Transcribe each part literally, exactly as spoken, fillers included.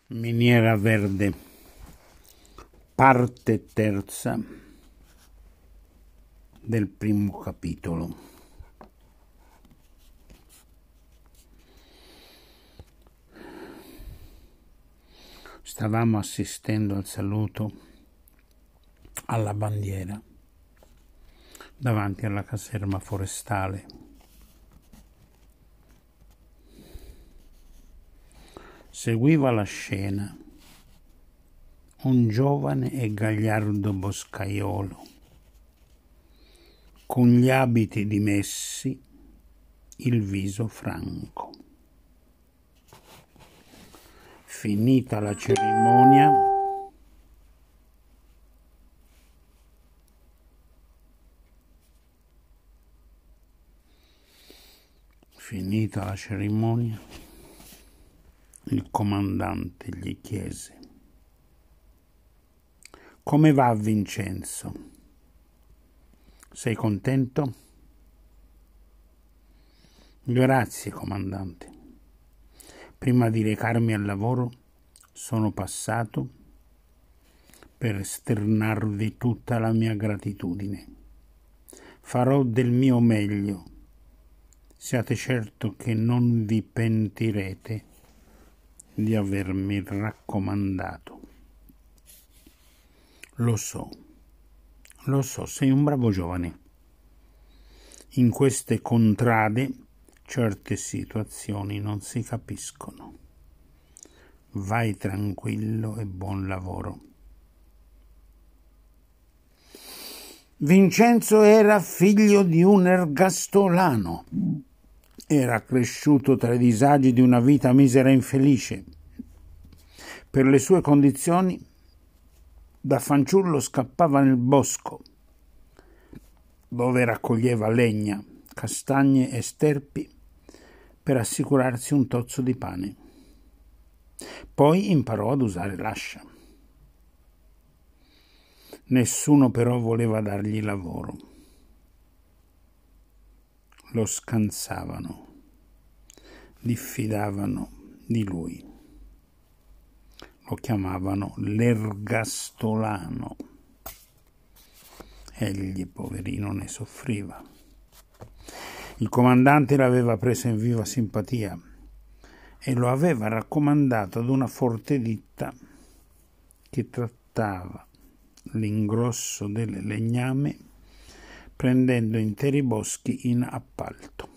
Miniera Verde, parte terza del primo capitolo. Stavamo assistendo al saluto alla bandiera davanti alla caserma forestale. Seguiva la scena un giovane e gagliardo boscaiolo, con gli abiti dimessi, il viso franco. Finita la cerimonia, finita la cerimonia, il comandante gli chiese: «Come va, Vincenzo? Sei contento?» «Grazie, comandante. Prima di recarmi al lavoro sono passato per esternarvi tutta la mia gratitudine. Farò del mio meglio. Siate certo che non vi pentirete di avermi raccomandato. Lo so, lo so, sei un bravo giovane. In queste contrade certe situazioni non si capiscono. Vai tranquillo e buon lavoro». Vincenzo era figlio di un ergastolano. Era cresciuto tra i disagi di una vita misera e infelice. Per le sue condizioni, da fanciullo scappava nel bosco, dove raccoglieva legna, castagne e sterpi per assicurarsi un tozzo di pane. Poi imparò ad usare l'ascia. Nessuno però voleva dargli lavoro. Lo scansavano, diffidavano di lui. Lo chiamavano l'ergastolano. Egli, poverino, ne soffriva. Il comandante l'aveva preso in viva simpatia e lo aveva raccomandato ad una forte ditta che trattava l'ingrosso delle legname, prendendo interi boschi in appalto.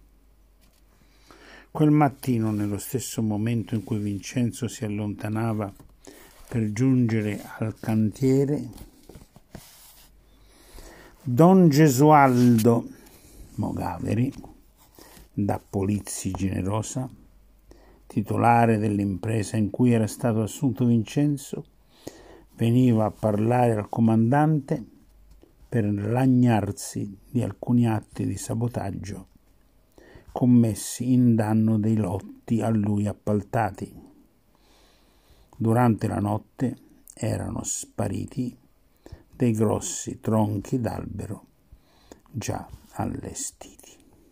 Quel mattino, nello stesso momento in cui Vincenzo si allontanava per giungere al cantiere, Don Gesualdo Mogaveri, da Polizzi Generosa, titolare dell'impresa in cui era stato assunto Vincenzo, veniva a parlare al comandante per lagnarsi di alcuni atti di sabotaggio commessi in danno dei lotti a lui appaltati. Durante la notte erano spariti dei grossi tronchi d'albero già allestiti.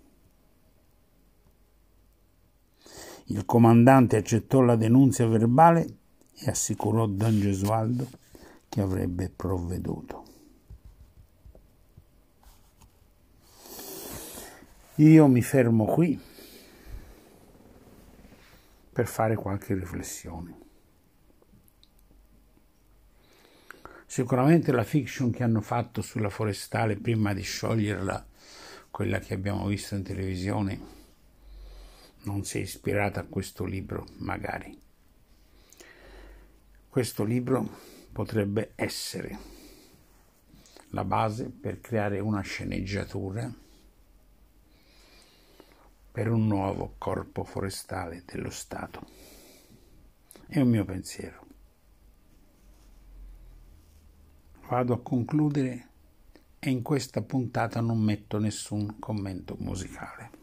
Il comandante accettò la denunzia verbale e assicurò Don Gesualdo che avrebbe provveduto. Io mi fermo qui per fare qualche riflessione. Sicuramente la fiction che hanno fatto sulla forestale prima di scioglierla, quella che abbiamo visto in televisione, non si è ispirata a questo libro, magari. Questo libro potrebbe essere la base per creare una sceneggiatura per un nuovo corpo forestale dello Stato. È un mio pensiero. Vado a concludere e in questa puntata non metto nessun commento musicale.